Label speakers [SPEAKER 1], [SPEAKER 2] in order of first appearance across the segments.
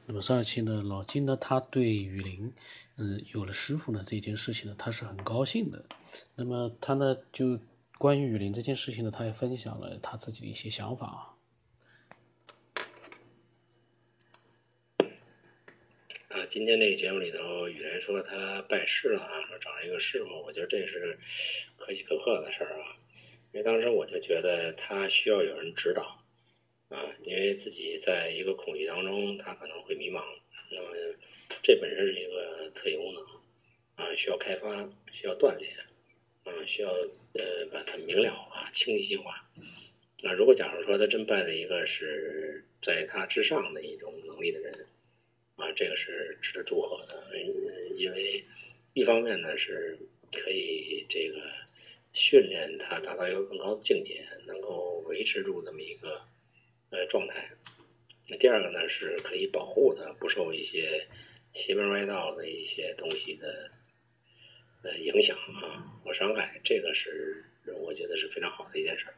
[SPEAKER 1] 那么上一期呢，老金呢，他对雨林，有了师傅呢这件事情呢，他是很高兴的。那么他呢，就关于雨林这件事情呢，他也分享了他自己的一些想法啊。
[SPEAKER 2] 今天这个节目里头，雨莲说他拜师了啊，说找了一个师傅，我觉得这是可喜可贺的事儿啊。因为当时我就觉得他需要有人指导啊，因为自己在一个恐惧当中，他可能会迷茫。那么这本身是一个特异功能啊，需要开发，需要锻炼啊，需要把它明了化、清晰化。那如果假如说他真拜了一个是在他之上的一种能力的人啊，这个是值得祝贺的，因为一方面呢是可以这个训练他达到一个更高的境界，能够维持住这么一个状态。那第二个呢是可以保护他不受一些邪门歪道的一些东西的影响啊或伤害，这个是我觉得是非常好的一件事。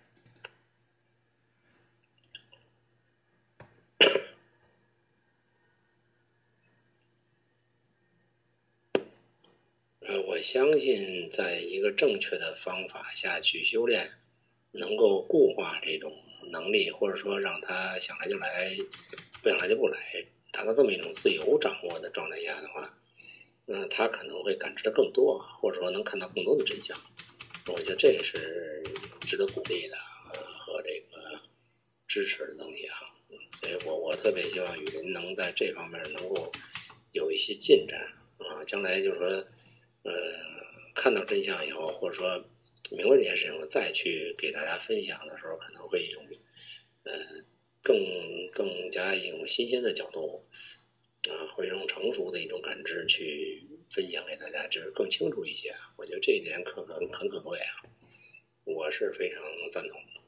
[SPEAKER 2] 我相信在一个正确的方法下去修炼，能够固化这种能力，或者说让他想来就来，不想来就不来，达到这么一种自由掌握的状态下的话，他可能会感知的更多，或者说能看到更多的真相。我觉得这是值得鼓励的和这个支持的东西啊。所以我特别希望雨林能在这方面能够有一些进展啊，将来就是说看到真相以后，或者说明白这件事情，再去给大家分享的时候，可能会一种更加一种新鲜的角度啊，会用成熟的一种感知去分享给大家，就是更清楚一些。我觉得这一点很可贵啊，我是非常赞同的。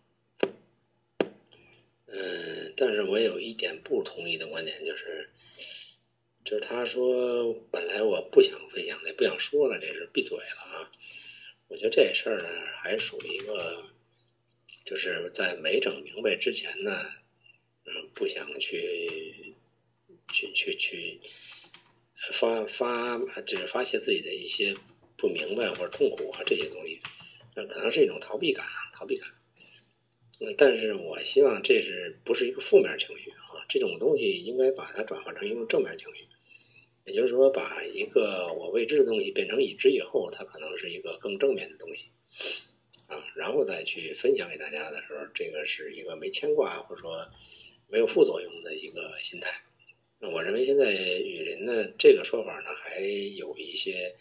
[SPEAKER 2] 但是我有一点不同意的观点，就是他说本来我不想分享的，也不想说了，这是闭嘴了啊。我觉得这事儿呢，还属于一个，就是在没整明白之前呢，不想去就是发泄自己的一些不明白或者痛苦啊这些东西，可能是一种逃避感。但是我希望这不是一个负面情绪啊，这种东西应该把它转化成一种正面情绪。也就是说，把一个我未知的东西变成已知以后，它可能是一个更正面的东西啊，然后再去分享给大家的时候，这个是一个没牵挂或者说没有副作用的一个心态。那我认为现在雨林呢这个说法呢，还有一些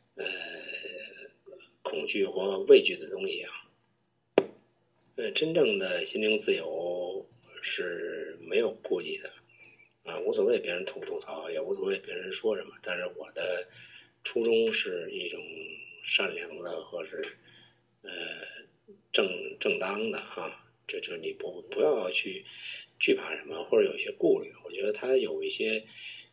[SPEAKER 2] 恐惧或畏惧的东西啊。真正的心灵自由是没有顾忌的啊，无所谓别人吐不吐槽，也无所谓别人说什么，但是我的初衷是一种善良的或是正当的哈，这就你不要去惧怕什么或者有一些顾虑，我觉得他有一些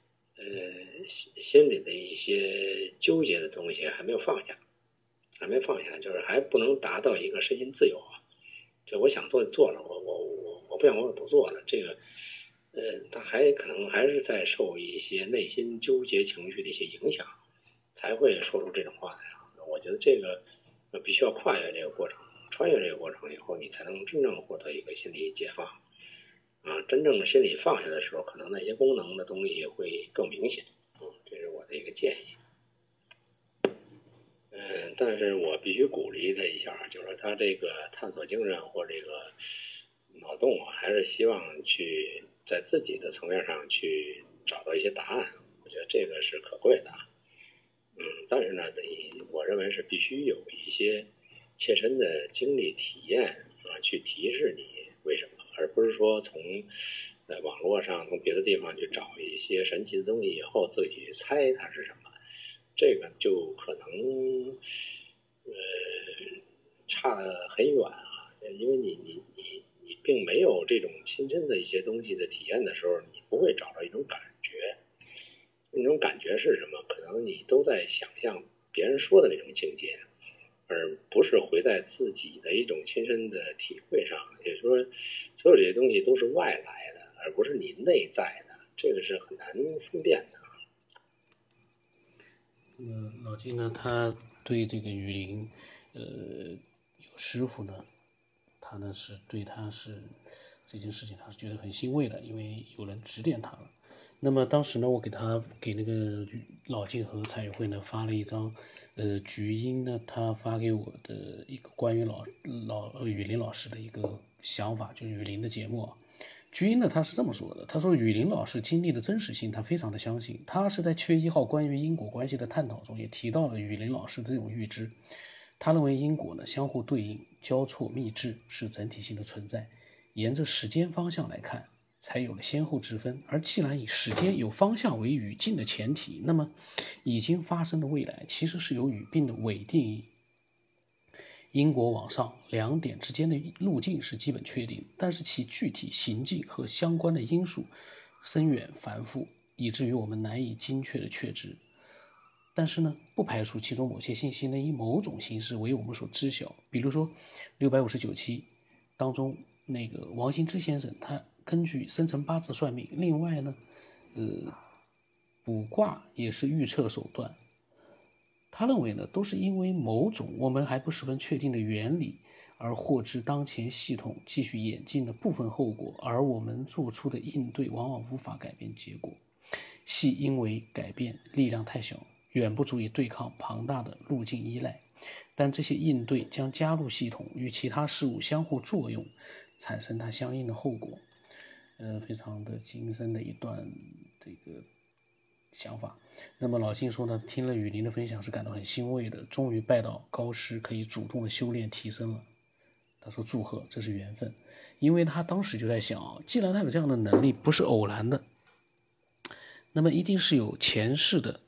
[SPEAKER 2] 心里的一些纠结的东西还没放下，就是还不能达到一个身心自由啊。就我想做就做了，我不想我就不做了。这个，他可能还是在受一些内心纠结情绪的一些影响，才会说出这种话来。我觉得这个必须要跨越这个过程，穿越这个过程以后，你才能真正获得一个心理解放啊！真正心理放下的时候，可能那些功能的东西会更明显。这是我的一个建议。但是我必须鼓励他一下，就是说他这个探索精神或这个脑洞，还是希望去在自己的层面上去找到一些答案。我觉得这个是可贵的。但是呢，我认为是必须有一些切身的经历体验啊，去提示你为什么，而不是说从网络上从别的地方去找一些神奇的东西以后自己去猜它是什么。这个就可能差得很远啊，因为你并没有这种亲身的一些东西的体验的时候，你不会找到一种感觉。那种感觉是什么？可能你都在想象别人说的那种境界，而不是回在自己的一种亲身的体会上。也就是说，所有这些东西都是外来的，而不是你内在的。 这个是很难分辨的。
[SPEAKER 1] 老金呢，他对这个雨林，有师傅呢，他呢是对他是这件事情，他是觉得很欣慰的，因为有人指点他了。那么当时呢，我给那个老静和蔡宇慧呢发了一张，菊英呢他发给我的一个关于雨林老师的一个想法，就是雨林的节目啊。菊英呢，他是这么说的，他说雨林老师经历的真实性，他非常的相信。他是在7月1号关于因果关系的探讨中，也提到了雨林老师这种预知。他认为因果呢相互对应、交错密制，是整体性的存在。沿着时间方向来看，才有了先后之分。而既然以时间有方向为语境的前提，那么已经发生的未来其实是有语病的伪定义。因果往上两点之间的路径是基本确定，但是其具体行径和相关的因素深远繁复，以至于我们难以精确的确知。但是呢，不排除其中某些信息能以某种形式为我们所知晓。比如说659期当中那个王兴之先生，他根据生辰八字算命。另外呢，卜卦也是预测手段。他认为呢，都是因为某种我们还不十分确定的原理，而获知当前系统继续演进的部分后果，而我们做出的应对往往无法改变结果，系因为改变力量太小，远不足以对抗庞大的路径依赖，但这些应对将加入系统与其他事物相互作用，产生它相应的后果。非常的精深的一段这个想法。那么老信说呢，听了雨林的分享是感到很欣慰的，终于拜到高师，可以主动的修炼提升了。他说祝贺，这是缘分。因为他当时就在想，既然他有这样的能力不是偶然的，那么一定是有前世的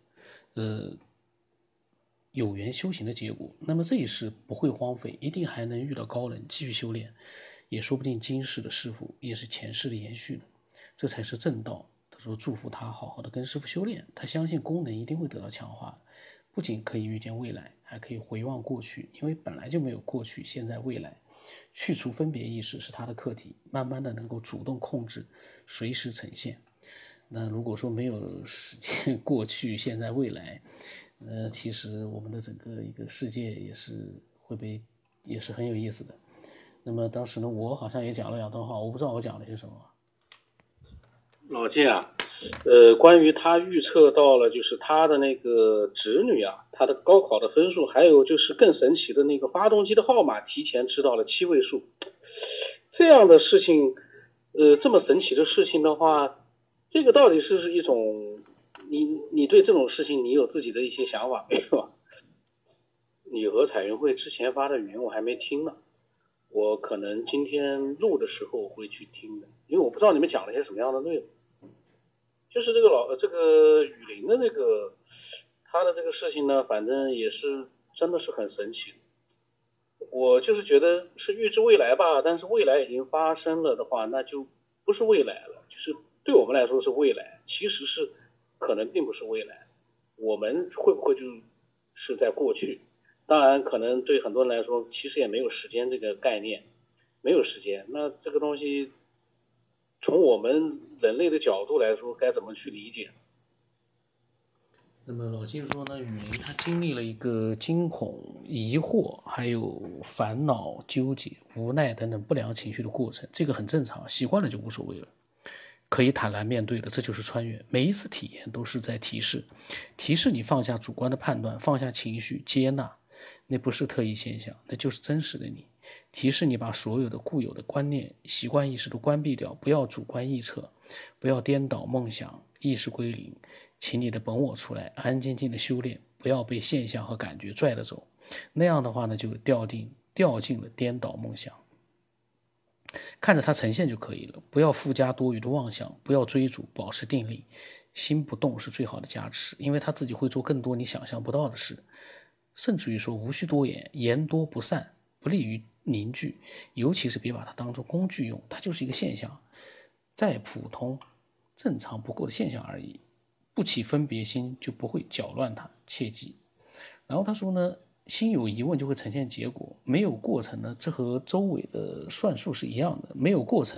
[SPEAKER 1] 有缘修行的结果，那么这一世不会荒废，一定还能遇到高人继续修炼，也说不定今世的师父也是前世的延续呢，这才是正道。他说祝福他好好的跟师父修炼，他相信功能一定会得到强化，不仅可以预见未来，还可以回望过去，因为本来就没有过去、现在、未来，去除分别意识是他的课题，慢慢的能够主动控制，随时呈现。那如果说没有时间过去、现在、未来，其实我们的整个一个世界也是很有意思的。那么当时呢，我好像也讲了2段话，我不知道我讲了些什么。
[SPEAKER 3] 老金啊，关于他预测到了就是他的那个侄女啊，他的高考的分数，还有就是更神奇的那个发动机的号码提前知道了7位数，这样的事情，这么神奇的事情的话，这个到底是一种，你对这种事情你有自己的一些想法没有？你和彩云会之前发的语音我还没听呢，我可能今天录的时候会去听的，因为我不知道你们讲了些什么样的内容。就是这个雨林的那个他的这个事情呢，反正也是真的是很神奇。我就是觉得是预知未来吧，但是未来已经发生了的话，那就不是未来了，就是对我们来说是未来，其实是可能并不是未来，我们会不会就是在过去？当然可能对很多人来说其实也没有时间这个概念，没有时间，那这个东西从我们人类的角度来说该怎么去理解？
[SPEAKER 1] 那么老金说呢，雨林他经历了一个惊恐、疑惑，还有烦恼、纠结、无奈等等不良情绪的过程，这个很正常，习惯了就无所谓了，可以坦然面对的，这就是穿越。每一次体验都是在提示你放下主观的判断，放下情绪，接纳，那不是特异现象，那就是真实的你。提示你把所有的固有的观念、习惯意识都关闭掉，不要主观臆测，不要颠倒梦想，意识归零，请你的本我出来，安安静静的修炼，不要被现象和感觉拽着走，那样的话呢，就掉进了颠倒梦想。看着它呈现就可以了，不要附加多余的妄想，不要追逐，保持定力，心不动是最好的加持，因为它自己会做更多你想象不到的事，甚至于说无需多言，言多不善，不利于凝聚，尤其是别把它当作工具用，它就是一个现象，再普通正常不过的现象而已，不起分别心就不会搅乱它，切记。然后他说呢，心有疑问就会呈现结果，没有过程呢，这和周围的算术是一样的，没有过程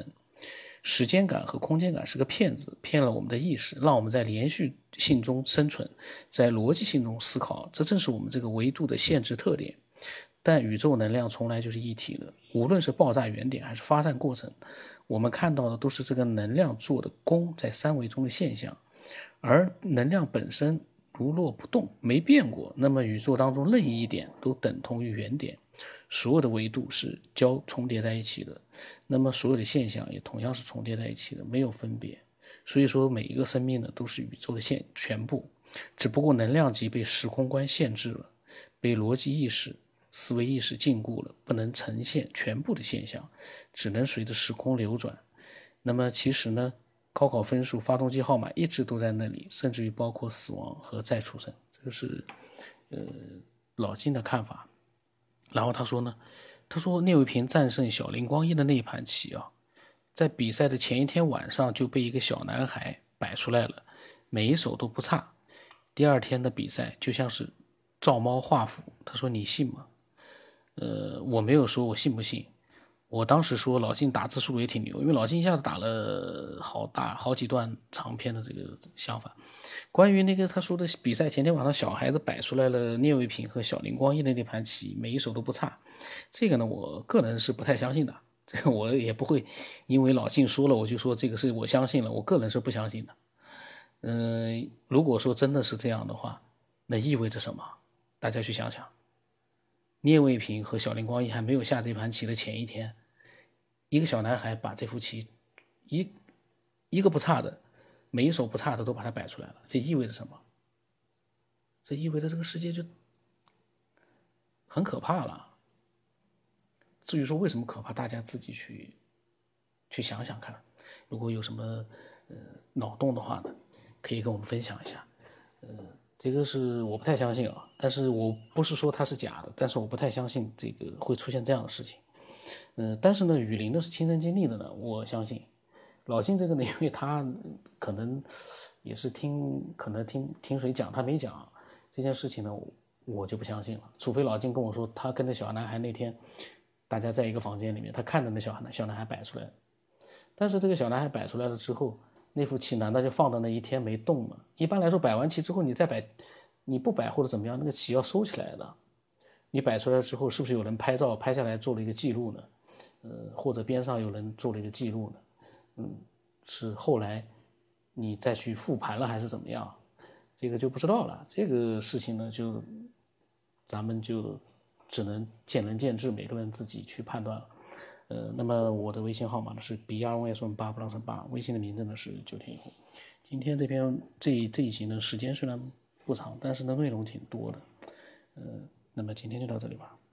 [SPEAKER 1] 时间感和空间感是个骗子，骗了我们的意识，让我们在连续性中生存，在逻辑性中思考，这正是我们这个维度的限制特点。但宇宙能量从来就是一体的，无论是爆炸原点还是发散过程，我们看到的都是这个能量做的功在三维中的现象，而能量本身如若不动，没变过，那么宇宙当中任意一点都等同于原点，所有的维度是重叠在一起的，那么所有的现象也同样是重叠在一起的，没有分别。所以说每一个生命呢都是宇宙的全部，只不过能量级被时空观限制了，被逻辑意识思维意识禁锢了，不能呈现全部的现象，只能随着时空流转。那么其实呢，高考分数、发动机号码一直都在那里，甚至于包括死亡和再出生，这个是老金的看法。然后他说呢，他说聂卫平战胜小林光一的那一盘棋啊，在比赛的前一天晚上就被一个小男孩摆出来了，每一手都不差。第二天的比赛就像是照猫画虎。他说你信吗？我没有说我信不信，我当时说老金打字速度也挺牛，因为老金一下子打了好几段长篇的这个想法。关于那个他说的比赛前天晚上小孩子摆出来了聂卫平和小林光一的那盘棋，每一手都不差，这个呢我个人是不太相信的，这个我也不会因为老金说了我就说这个是我相信了，我个人是不相信的。如果说真的是这样的话，那意味着什么？大家去想想。聂卫平和小林光一还没有下这盘棋的前一天，一个小男孩把这副棋一个不差的，每一手不差的都把它摆出来了，这意味着什么？这意味着这个世界就很可怕了。至于说为什么可怕，大家自己去想想看。如果有什么脑洞的话呢，可以跟我们分享一下。这个是我不太相信啊，但是我不是说它是假的，但是我不太相信这个会出现这样的事情。但是呢，雨林的是亲身经历的呢，我相信。老金这个呢，因为他可能也是听谁讲，他没讲这件事情呢，我就不相信了。除非老金跟我说，他跟那小男孩那天大家在一个房间里面，他看着那小男孩摆出来，但是这个小男孩摆出来了之后，那副棋难道就放到那一天没动吗？一般来说，摆完棋之后你再摆，你不摆或者怎么样，那个棋要收起来的。你摆出来之后，是不是有人拍照拍下来做了一个记录呢？或者边上有人做了一个记录呢？是后来你再去复盘了还是怎么样？这个就不知道了。这个事情呢，咱们就只能见仁见智，每个人自己去判断了。那么我的微信号码呢是 BROS8 不让成8，微信的名字呢是9天以后。今天这一集呢，时间虽然不长，但是呢内容挺多的。那么今天就到这里吧。